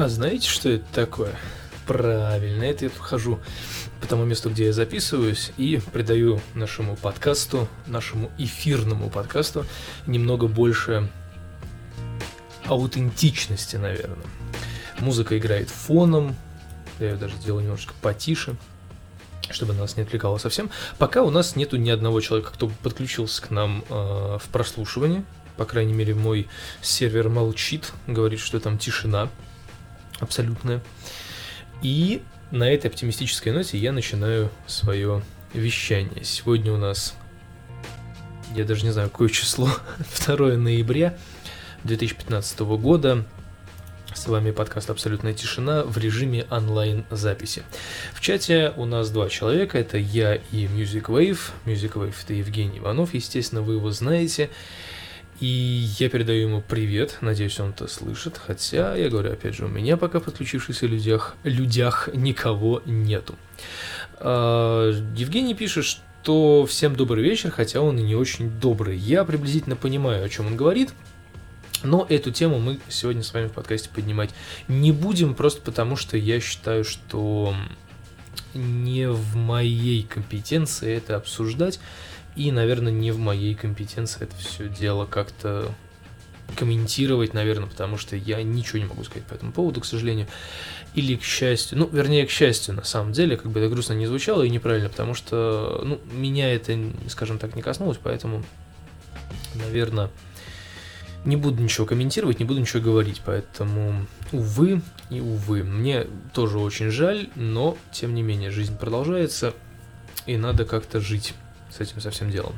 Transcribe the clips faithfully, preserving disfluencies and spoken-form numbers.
А знаете, что это такое? Правильно, это я хожу по тому месту, где я записываюсь, и придаю нашему подкасту, нашему эфирному подкасту немного больше аутентичности, наверное. Музыка играет фоном, я ее даже сделаю немножечко потише, чтобы нас не отвлекало совсем. Пока у нас нету ни одного человека, кто подключился к нам э, в прослушивании. По крайней мере, мой сервер молчит, говорит, что там тишина абсолютная. И на этой оптимистической ноте я начинаю свое вещание. Сегодня у нас, я даже не знаю, какое число, второе ноября две тысячи пятнадцатого года. С вами подкаст «Абсолютная тишина» в режиме онлайн-записи. В чате у нас два человека, это я и Music Wave. Music Wave — это Евгений Иванов, естественно, вы его знаете. И я передаю ему привет, надеюсь, он это слышит, хотя, я говорю, опять же, у меня пока в подключившихся людях, людях никого нету. Евгений пишет, что всем добрый вечер, хотя он и не очень добрый. Я приблизительно понимаю, о чем он говорит. Но эту тему мы сегодня с вами в подкасте поднимать не будем, просто потому что я считаю, что не в моей компетенции это обсуждать, и, наверное, не в моей компетенции это все дело как-то комментировать, наверное, потому что я ничего не могу сказать по этому поводу, к сожалению, или к счастью, ну, вернее, к счастью, на самом деле, как бы это грустно не звучало и неправильно, потому что, ну, меня это, скажем так, не коснулось, поэтому, наверное... Не буду ничего комментировать, не буду ничего говорить, поэтому, увы и увы, мне тоже очень жаль, но, тем не менее, жизнь продолжается, и надо как-то жить с этим со всем делом.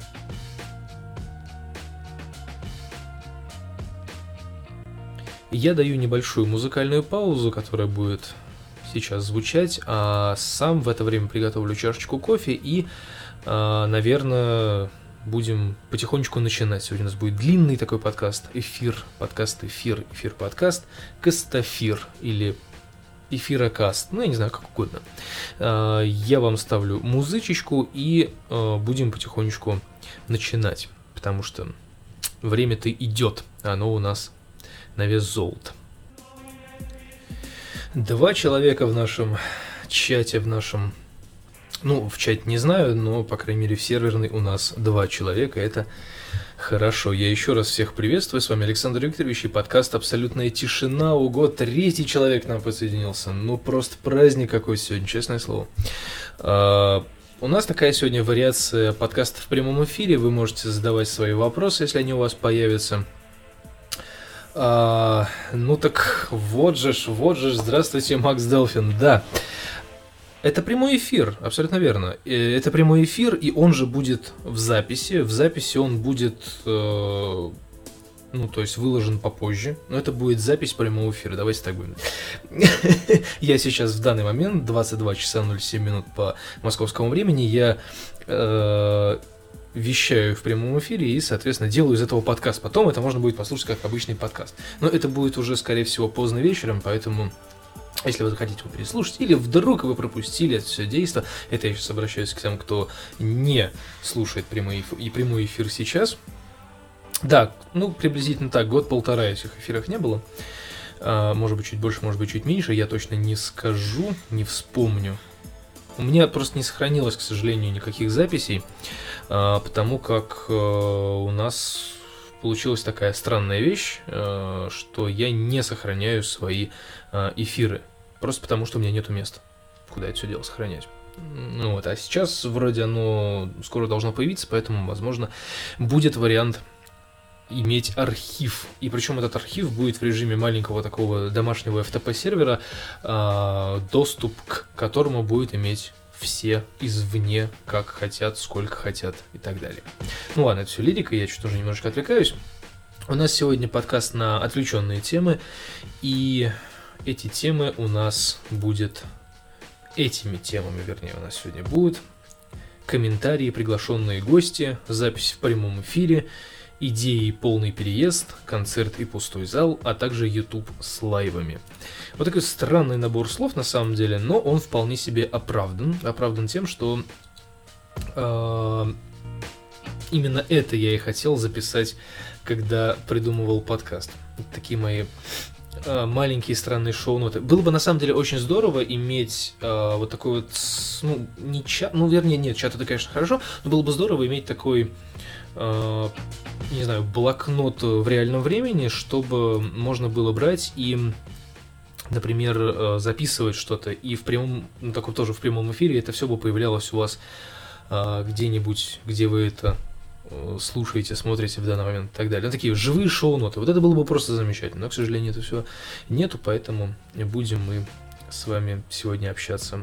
Я даю небольшую музыкальную паузу, которая будет сейчас звучать, а сам в это время приготовлю чашечку кофе и, наверное... будем потихонечку начинать. Сегодня у нас будет длинный такой подкаст, эфир, подкаст, эфир, эфир, подкаст, кастофир или эфирокаст, ну, я не знаю, как угодно. Я вам ставлю музычечку и будем потихонечку начинать, потому что время-то идет, оно у нас на вес золота. Два человека в нашем чате, в нашем Ну, в чате не знаю, но, по крайней мере, в серверной у нас два человека, это хорошо. Я еще раз всех приветствую, с вами Александр Викторович и подкаст «Абсолютная тишина». Ого, третий человек к нам подсоединился, ну, просто праздник какой сегодня, честное слово. А, у нас такая сегодня вариация подкаста в прямом эфире, вы можете задавать свои вопросы, если они у вас появятся. А, ну так, вот же ж, вот же ж, здравствуйте, Макс Делфин, да. Это прямой эфир, абсолютно верно. Это прямой эфир, и он же будет в записи. В записи он будет, э, ну, то есть выложен попозже. Но это будет запись прямого эфира. Давайте так будем. Я сейчас в данный момент, двадцать два часа ноль семь минут по московскому времени, я э, вещаю в прямом эфире и, соответственно, делаю из этого подкаст. Потом это можно будет послушать как обычный подкаст. Но это будет уже, скорее всего, поздно вечером, поэтому... Если вы захотите его переслушать, или вдруг вы пропустили это все действо, это я сейчас обращаюсь к тем, кто не слушает прямой эфир, и прямой эфир сейчас. Да, ну, приблизительно так, год-полтора этих эфиров не было. А, может быть, чуть больше, может быть, чуть меньше, я точно не скажу, не вспомню. У меня просто не сохранилось, к сожалению, никаких записей, а, потому как а, у нас... Получилась такая странная вещь, что я не сохраняю свои эфиры. Просто потому, что у меня нету места, куда это все дело сохранять. Ну вот, а сейчас вроде оно скоро должно появиться, поэтому, возможно, будет вариант иметь архив. И причем этот архив будет в режиме маленького такого домашнего эф тэ пэ-сервера, доступ к которому будет иметь все извне, как хотят, сколько хотят и так далее. Ну ладно, это все лирика, я чуть тоже немножко отвлекаюсь. У нас сегодня подкаст на отвлеченные темы, и эти темы у нас будет... Этими темами, вернее, у нас сегодня будут комментарии, приглашенные гости, запись в прямом эфире, идеи полный переезд, концерт и пустой зал, а также YouTube с лайвами. Вот такой странный набор слов на самом деле, но он вполне себе оправдан. Оправдан тем, что э, именно это я и хотел записать, когда придумывал подкаст. Вот такие мои э, маленькие странные шоу-ноты. Было бы на самом деле очень здорово иметь э, вот такой вот, ну, не чат, ну, вернее, нет, чат это, конечно, хорошо, но было бы здорово иметь такой, э, не знаю, блокнот в реальном времени, чтобы можно было брать и, например, записывать что-то, и в прямом, ну, так вот тоже в прямом эфире это все бы появлялось у вас э, где-нибудь, где вы это слушаете, смотрите в данный момент и так далее. Ну, такие живые шоу-ноты. Вот это было бы просто замечательно. Но, к сожалению, это все нету, поэтому будем мы с вами сегодня общаться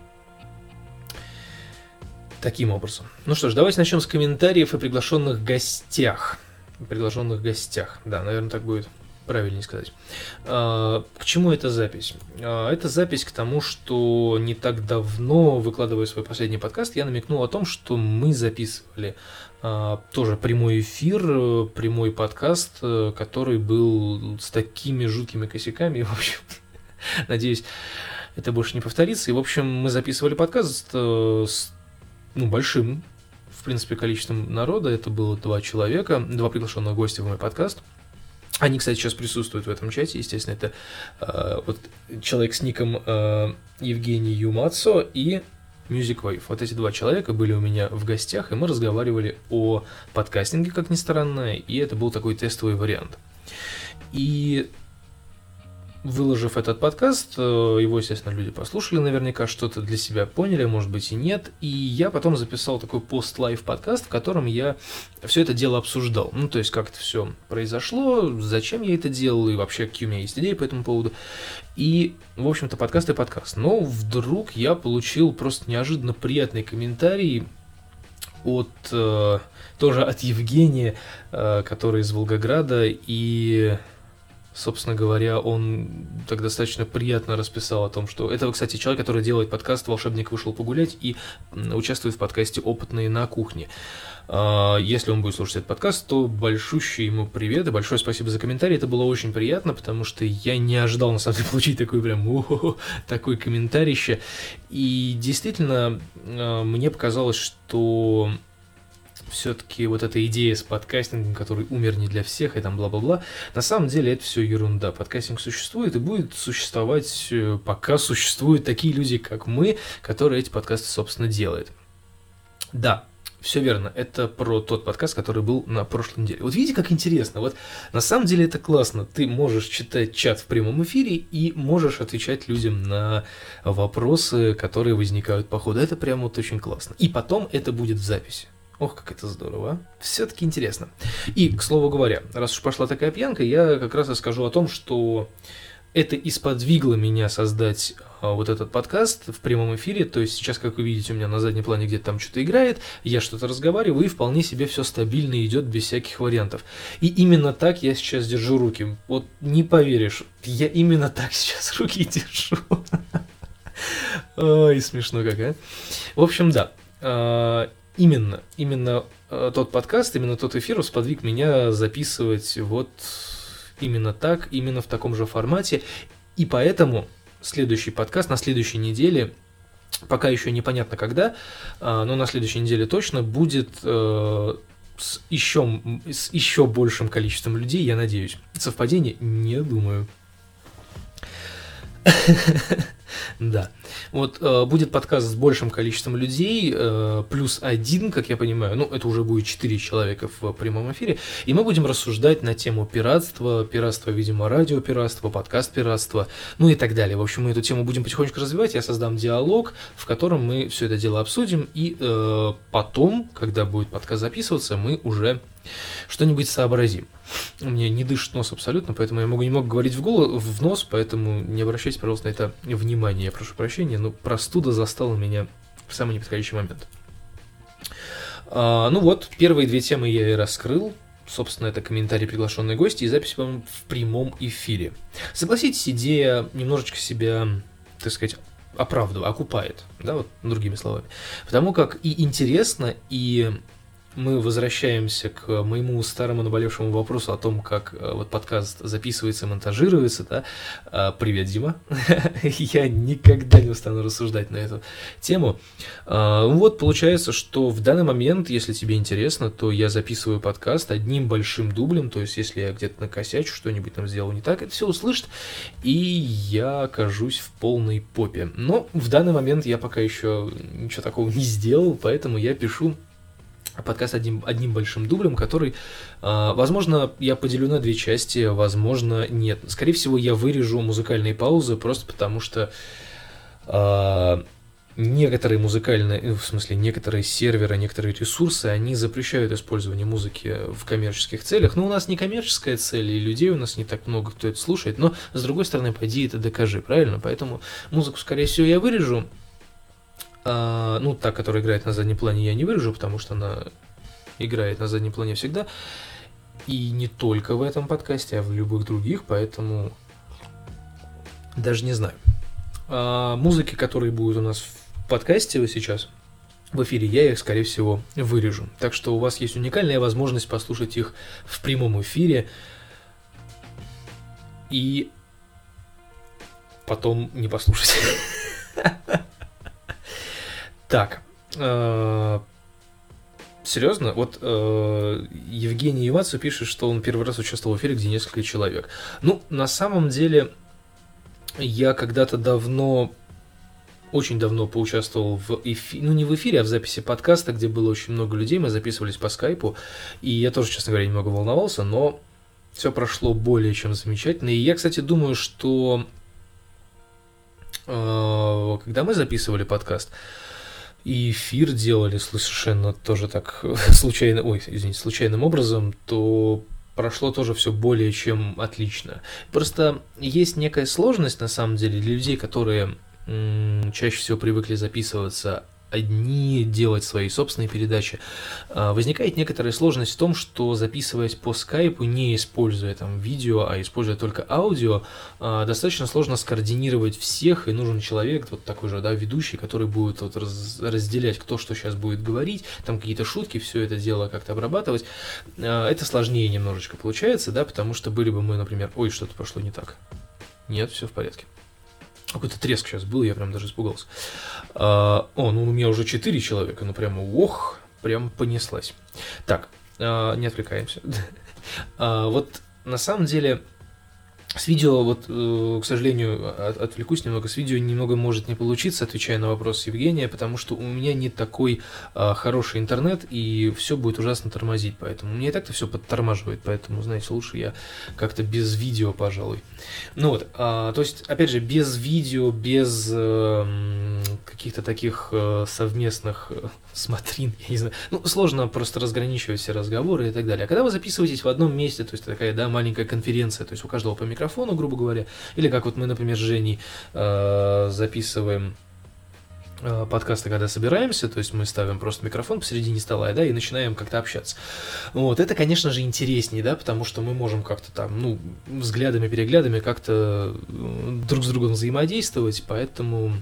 таким образом. Ну что ж, давайте начнем с комментариев о приглашенных гостях. Приглашенных гостях. Да, наверное, так будет правильнее сказать. К чему эта запись? Это запись к тому, что не так давно, выкладывая свой последний подкаст, я намекнул о том, что мы записывали тоже прямой эфир, прямой подкаст, который был с такими жуткими косяками. И, в общем, надеюсь, это больше не повторится. И, в общем, мы записывали подкаст с, ну, большим, в принципе, количеством народа. Это было два человека, два приглашенных гостя в мой подкаст. Они, кстати, сейчас присутствуют в этом чате. Естественно, это э, вот человек с ником э, Евгений Юмацо и Music Wave. Вот эти два человека были у меня в гостях, и мы разговаривали о подкастинге, как ни странно, и это был такой тестовый вариант. И выложив этот подкаст, его, естественно, люди послушали, наверняка что-то для себя поняли, может быть и нет, и я потом записал такой пост-лайв подкаст, в котором я все это дело обсуждал, ну, то есть, как это все произошло, зачем я это делал, и вообще, какие у меня есть идеи по этому поводу, и, в общем-то, подкаст и подкаст. Но вдруг я получил просто неожиданно приятный комментарий от, э, тоже от Евгения, э, который из Волгограда, и... Собственно говоря, он так достаточно приятно расписал о том, что... Это, кстати, человек, который делает подкаст «Волшебник вышел погулять» и участвует в подкасте «Опытные на кухне». Если он будет слушать этот подкаст, то большущий ему привет и большое спасибо за комментарий. Это было очень приятно, потому что я не ожидал, на самом деле, получить такой прям о-о-о, такой комментарище. И действительно, мне показалось, что... все-таки вот эта идея с подкастингом, который умер не для всех, и там бла-бла-бла, на самом деле это все ерунда. Подкастинг существует и будет существовать, пока существуют такие люди, как мы, которые эти подкасты, собственно, делают. Да, все верно, это про тот подкаст, который был на прошлой неделе. Вот видите, как интересно, вот на самом деле это классно, ты можешь читать чат в прямом эфире и можешь отвечать людям на вопросы, которые возникают по ходу. Это прям вот очень классно. И потом это будет в записи. Ох, как это здорово, а? Все-таки интересно. И, к слову говоря, раз уж пошла такая пьянка, я как раз расскажу о том, что это и сподвигло меня создать а, вот этот подкаст в прямом эфире. То есть сейчас, как вы видите, у меня на заднем плане где-то там что-то играет, я что-то разговариваю, и вполне себе все стабильно идет без всяких вариантов. И именно так я сейчас держу руки. Вот не поверишь, я именно так сейчас руки держу. Ой, смешно как, а? В общем, да. Именно, именно э, тот подкаст, именно тот эфир сподвиг меня записывать вот именно так, именно в таком же формате. И поэтому следующий подкаст на следующей неделе, пока еще непонятно когда, э, но на следующей неделе точно будет э, с, еще, с еще большим количеством людей, я надеюсь. Совпадение? Не думаю. Да. Вот э, будет подкаст с большим количеством людей, э, плюс один, как я понимаю, ну, это уже будет четыре человека в прямом эфире, и мы будем рассуждать на тему пиратства, пиратства, видимо, радиопиратства, подкаст-пиратства, ну и так далее. В общем, мы эту тему будем потихонечку развивать, я создам диалог, в котором мы все это дело обсудим, и э, потом, когда будет подкаст записываться, мы уже что-нибудь сообразим. У меня не дышит нос абсолютно, поэтому я могу не могу говорить в, голос, в нос, поэтому не обращайте, пожалуйста, на это внимание, я прошу прощения, но простуда застала меня в самый неподходящий момент. А, ну вот, первые две темы я и раскрыл. Собственно, это комментарий приглашенной гости и запись, по-моему, в прямом эфире. Согласитесь, идея немножечко себя, так сказать, оправдывает, окупает, да, вот другими словами. Потому как и интересно, и мы возвращаемся к моему старому наболевшему вопросу о том, как э, вот подкаст записывается и монтажируется, да. А, привет, Дима. Я никогда не устану рассуждать на эту тему. А, вот получается, что в данный момент, если тебе интересно, то я записываю подкаст одним большим дублем, то есть если я где-то накосячу, что-нибудь там сделал не так, это все услышит, и я окажусь в полной попе. Но в данный момент я пока еще ничего такого не сделал, поэтому я пишу подкаст одним, одним большим дублем, который, э, возможно, я поделю на две части, возможно, нет. Скорее всего, я вырежу музыкальные паузы, просто потому что э, некоторые музыкальные, в смысле, некоторые серверы, некоторые ресурсы, они запрещают использование музыки в коммерческих целях. Но у нас не коммерческая цель, и людей у нас не так много, кто это слушает, но, с другой стороны, пойди это докажи, правильно? Поэтому музыку, скорее всего, я вырежу. А, ну, та, которая играет на заднем плане, я не вырежу, потому что она играет на заднем плане всегда. И не только в этом подкасте, а в любых других, поэтому даже не знаю. А, музыки, которые будут у нас в подкасте сейчас, в эфире, я их, скорее всего, вырежу. Так что у вас есть уникальная возможность послушать их в прямом эфире и потом не послушать. Так, э, серьезно, вот э, Евгений Ивацу пишет, что он первый раз участвовал в эфире, где несколько человек. Ну, на самом деле, я когда-то давно, очень давно поучаствовал в эфире, ну не в эфире, а в записи подкаста, где было очень много людей, мы записывались по скайпу, и я тоже, честно говоря, немного волновался, но все прошло более чем замечательно. И я, кстати, думаю, что э, когда мы записывали подкаст, и эфир делали совершенно тоже так случайно, ой, извините, случайным образом, то прошло тоже все более чем отлично. Просто есть некая сложность, на самом деле, для людей, которые м- чаще всего привыкли записываться одни, делать свои собственные передачи. Возникает некоторая сложность в том, что, записываясь по скайпу, не используя там видео, а используя только аудио, достаточно сложно скоординировать всех, и нужен человек, вот такой же, да, ведущий, который будет вот раз, разделять, кто что сейчас будет говорить, там какие-то шутки, все это дело как-то обрабатывать. Это сложнее немножечко получается, да, потому что были бы мы, например, ой, что-то пошло не так. Нет, все в порядке. Какой-то треск сейчас был, я прям даже испугался. А, о, ну у меня уже четыре человека, ну прямо, ох, прям понеслась. Так, а, не отвлекаемся. а, вот на самом деле с видео, вот, к сожалению, от, отвлекусь немного, с видео немного может не получиться, отвечая на вопрос Евгения, потому что у меня не такой а, хороший интернет, и все будет ужасно тормозить, поэтому мне и так-то все подтормаживает, поэтому, знаете, лучше я как-то без видео, пожалуй. Ну вот, а, то есть, опять же, без видео, без э, каких-то таких э, совместных э, смотрин, я не знаю, ну, сложно просто разграничивать все разговоры и так далее. А когда вы записываетесь в одном месте, то есть такая, да, маленькая конференция, то есть у каждого по микрофону, грубо говоря, или как вот мы, например, с Женей э, записываем э, подкасты, когда собираемся, то есть мы ставим просто микрофон посередине стола, да, и начинаем как-то общаться. Вот, это, конечно же, интереснее, да, потому что мы можем как-то там, ну, взглядами, переглядами как-то друг с другом взаимодействовать, поэтому,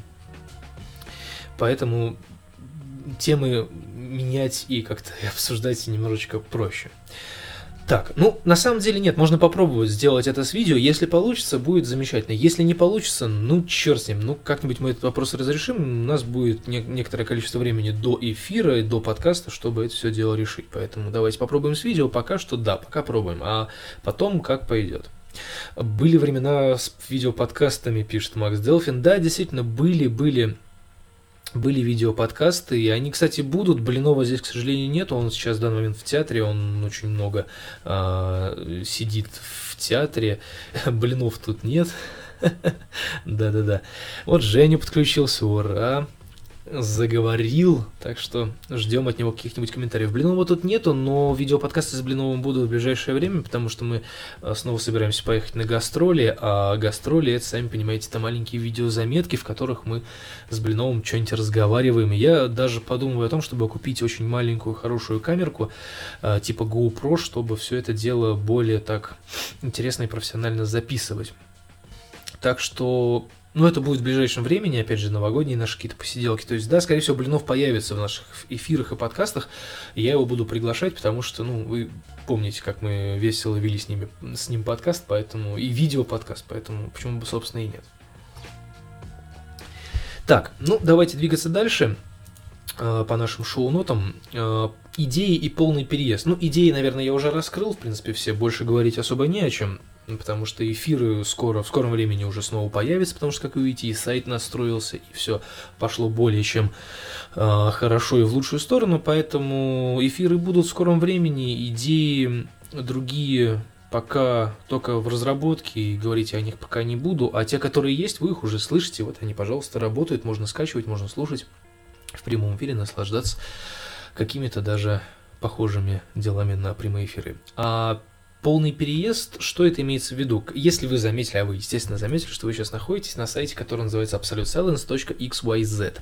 поэтому темы менять и как-то обсуждать немножечко проще. Так, ну, на самом деле нет, можно попробовать сделать это с видео, если получится, будет замечательно, если не получится, ну, черт с ним, ну, как-нибудь мы этот вопрос разрешим, у нас будет не- некоторое количество времени до эфира и до подкаста, чтобы это все дело решить, поэтому давайте попробуем с видео, пока что да, пока пробуем, а потом как пойдет. Были времена с видеоподкастами, пишет Макс Делфин, да, действительно, были, были... Были видеоподкасты, и они, кстати, будут. Блинова здесь, к сожалению, нет. Он сейчас в данный момент в театре, он очень много э, сидит в театре. Блинов тут нет. Да-да-да. Вот Женя подключился, ура. Заговорил, так что ждем от него каких-нибудь комментариев. Блинова тут нету, но видеоподкасты с Блиновым будут в ближайшее время, потому что мы снова собираемся поехать на гастроли, а гастроли, это, сами понимаете, это маленькие видеозаметки, в которых мы с Блиновым что-нибудь разговариваем. И я даже подумываю о том, чтобы купить очень маленькую хорошую камерку, типа GoPro, чтобы все это дело более так интересно и профессионально записывать. Так что Но это будет в ближайшем времени, опять же, новогодние наши какие-то посиделки. То есть, да, скорее всего, Блинов появится в наших эфирах и подкастах, и я его буду приглашать, потому что, ну, вы помните, как мы весело вели с, ними, с ним подкаст, поэтому и видео-подкаст, поэтому почему бы, собственно, и нет. Так, ну, давайте двигаться дальше э, по нашим шоу-нотам. Э, идеи и полный переезд. Ну, идеи, наверное, я уже раскрыл, в принципе, все, больше говорить особо не о чем. Потому что эфиры скоро, в скором времени уже снова появятся, потому что, как вы видите, и сайт настроился, и все пошло более чем э, хорошо и в лучшую сторону, поэтому эфиры будут в скором времени, идеи другие пока только в разработке, и говорить о них пока не буду, а те, которые есть, вы их уже слышите, вот они, пожалуйста, работают, можно скачивать, можно слушать в прямом эфире, наслаждаться какими-то даже похожими делами на прямые эфиры. А полный переезд, что это имеется в виду? Если вы заметили, а вы, естественно, заметили, что вы сейчас находитесь на сайте, который называется абсолют сайленс точка икс уай зет.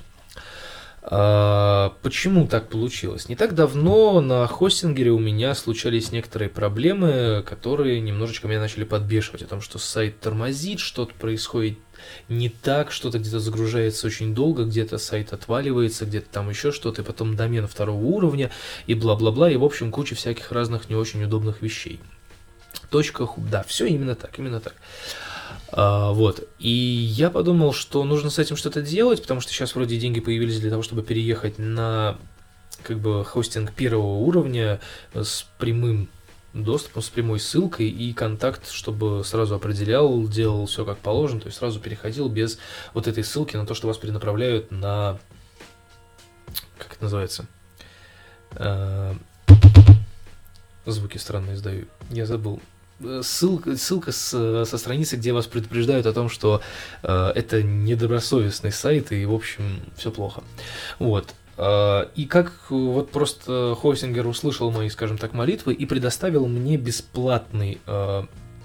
А, почему так получилось? Не так давно на хостингере у меня случались некоторые проблемы, которые немножечко меня начали подбешивать о том, что сайт тормозит, что-то происходит не так, что-то где-то загружается очень долго, где-то сайт отваливается, где-то там еще что-то, и потом домен второго уровня, и бла-бла-бла, и, в общем, куча всяких разных не очень удобных вещей. Точка, да, все именно так, именно так. А, вот, и я подумал, что нужно с этим что-то делать, потому что сейчас вроде деньги появились для того, чтобы переехать на, как бы, хостинг первого уровня с прямым доступом, с прямой ссылкой и контакт, чтобы сразу определял, делал все как положено, то есть сразу переходил без вот этой ссылки на то, что вас перенаправляют на, как это называется, а, звуки странные издаю, я забыл. Ссылка, ссылка с, со страницы, где вас предупреждают о том, что э, это недобросовестный сайт, и, в общем, все плохо. Вот. Э, и как вот просто хостингер услышал мои, скажем так, молитвы и предоставил мне бесплатный... Э,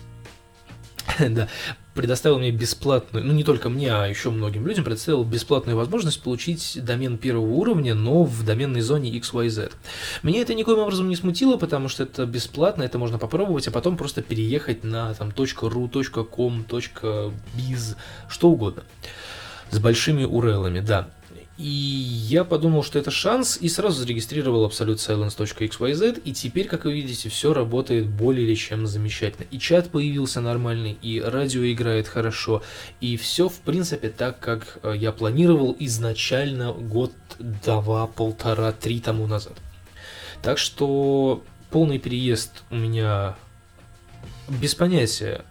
да, предоставил мне бесплатную, ну не только мне, а еще многим людям, предоставил бесплатную возможность получить домен первого уровня, но в доменной зоне икс уай зет. Меня это никоим образом не смутило, потому что это бесплатно, это можно попробовать, а потом просто переехать на там .ru, .com, .biz, что угодно. С большими ю ар эл-ами, да. И я подумал, что это шанс, и сразу зарегистрировал абсолют сайленс точка икс уай зет, и теперь, как вы видите, все работает более чем замечательно. И чат появился нормальный, и радио играет хорошо, и все, в принципе, так, как я планировал изначально год, два, полтора, три тому назад. Так что полный переезд у меня без понятия,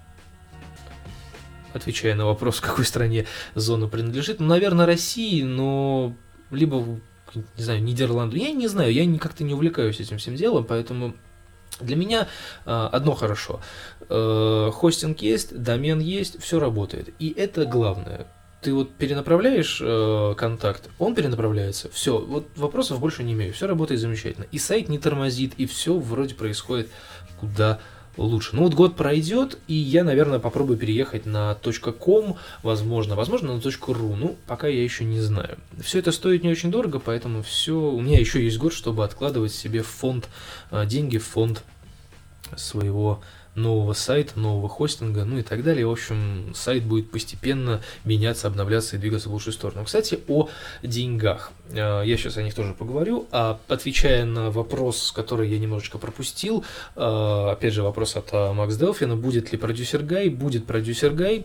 отвечая на вопрос, в какой стране зона принадлежит, ну, наверное, России, но либо, не знаю, Нидерланды, я не знаю, я как-то не увлекаюсь этим всем делом, поэтому для меня э, одно хорошо, э, хостинг есть, домен есть, все работает, и это главное. Ты вот перенаправляешь э, контакт, он перенаправляется, все, вот вопросов больше не имею, все работает замечательно, и сайт не тормозит, и все вроде происходит куда лучше. Ну вот год пройдет, и я, наверное, попробую переехать на .com, возможно, возможно, на .ru, ну, пока я еще не знаю. Все это стоит не очень дорого, поэтому все, у меня еще есть год, чтобы откладывать себе в фонд, деньги в фонд своего нового сайта, нового хостинга, ну и так далее. В общем, сайт будет постепенно меняться, обновляться и двигаться в лучшую сторону. Кстати, о деньгах. Я сейчас о них тоже поговорю. А отвечая на вопрос, который я немножечко пропустил, опять же, вопрос от Макс Делфина, будет ли продюсер Гай? Будет продюсер Гай,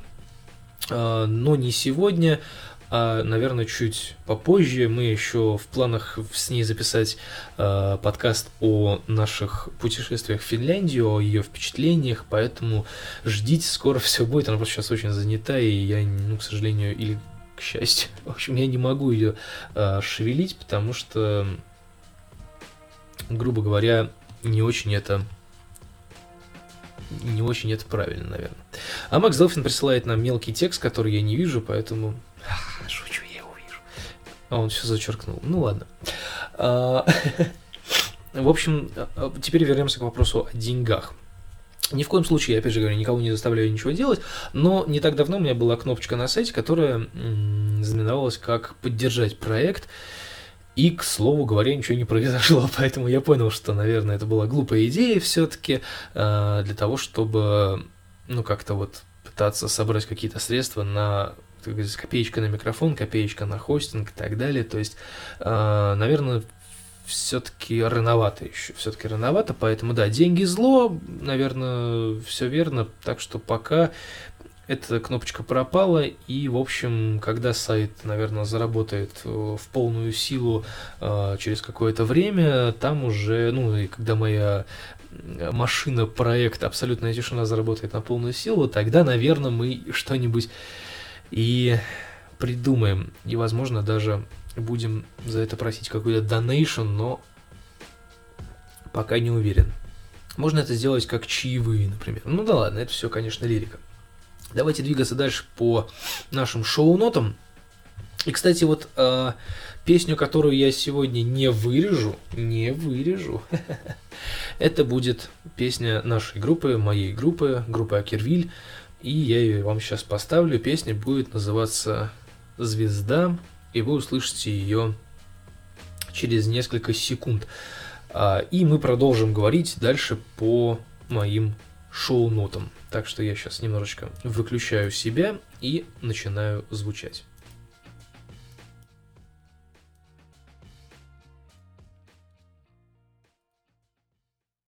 но не сегодня, а, наверное, чуть попозже. Мы еще в планах с ней записать э, подкаст о наших путешествиях в Финляндию, о ее впечатлениях, поэтому ждите, скоро все будет. Она просто сейчас очень занята, и я, ну, к сожалению, или к счастью, в общем, я не могу ее э, шевелить, потому что, грубо говоря, не очень это... Не очень это правильно, наверное. А Макс Делфин присылает нам мелкий текст, который я не вижу, поэтому... Шучу, я его вижу. А он все зачеркнул. Ну ладно. В общем, теперь вернемся к вопросу о деньгах. Ни в коем случае, я опять же говорю, никого не заставляю ничего делать, но не так давно у меня была кнопочка на сайте, которая знаменовалась как «Поддержать проект». И, к слову говоря, ничего не произошло, поэтому я понял, что, наверное, это была глупая идея все-таки для того, чтобы, ну, как-то вот пытаться собрать какие-то средства на так сказать, копеечка на микрофон, копеечка на хостинг и так далее. То есть, э, наверное, все-таки рановато еще, все-таки рановато, поэтому, да, деньги зло, наверное, все верно, так что пока эта кнопочка пропала, и, в общем, когда сайт, наверное, заработает в полную силу э, через какое-то время, там уже, ну, и когда моя машина, проект «Абсолютная тишина» заработает на полную силу, тогда, наверное, мы что-нибудь и придумаем, и, возможно, даже будем за это просить какой-то донейшн, но пока не уверен. Можно это сделать как чаевые, например. Ну да ладно, это все, конечно, лирика. Давайте двигаться дальше по нашим шоу-нотам. И, кстати, вот э, песню, которую я сегодня не вырежу, не вырежу, это будет песня нашей группы, моей группы, группы Акервиль. И я ее вам сейчас поставлю. Песня будет называться «Звезда», и вы услышите ее через несколько секунд. И мы продолжим говорить дальше по моим шоу-нотам. Так что я сейчас немножечко выключаю себя и начинаю звучать.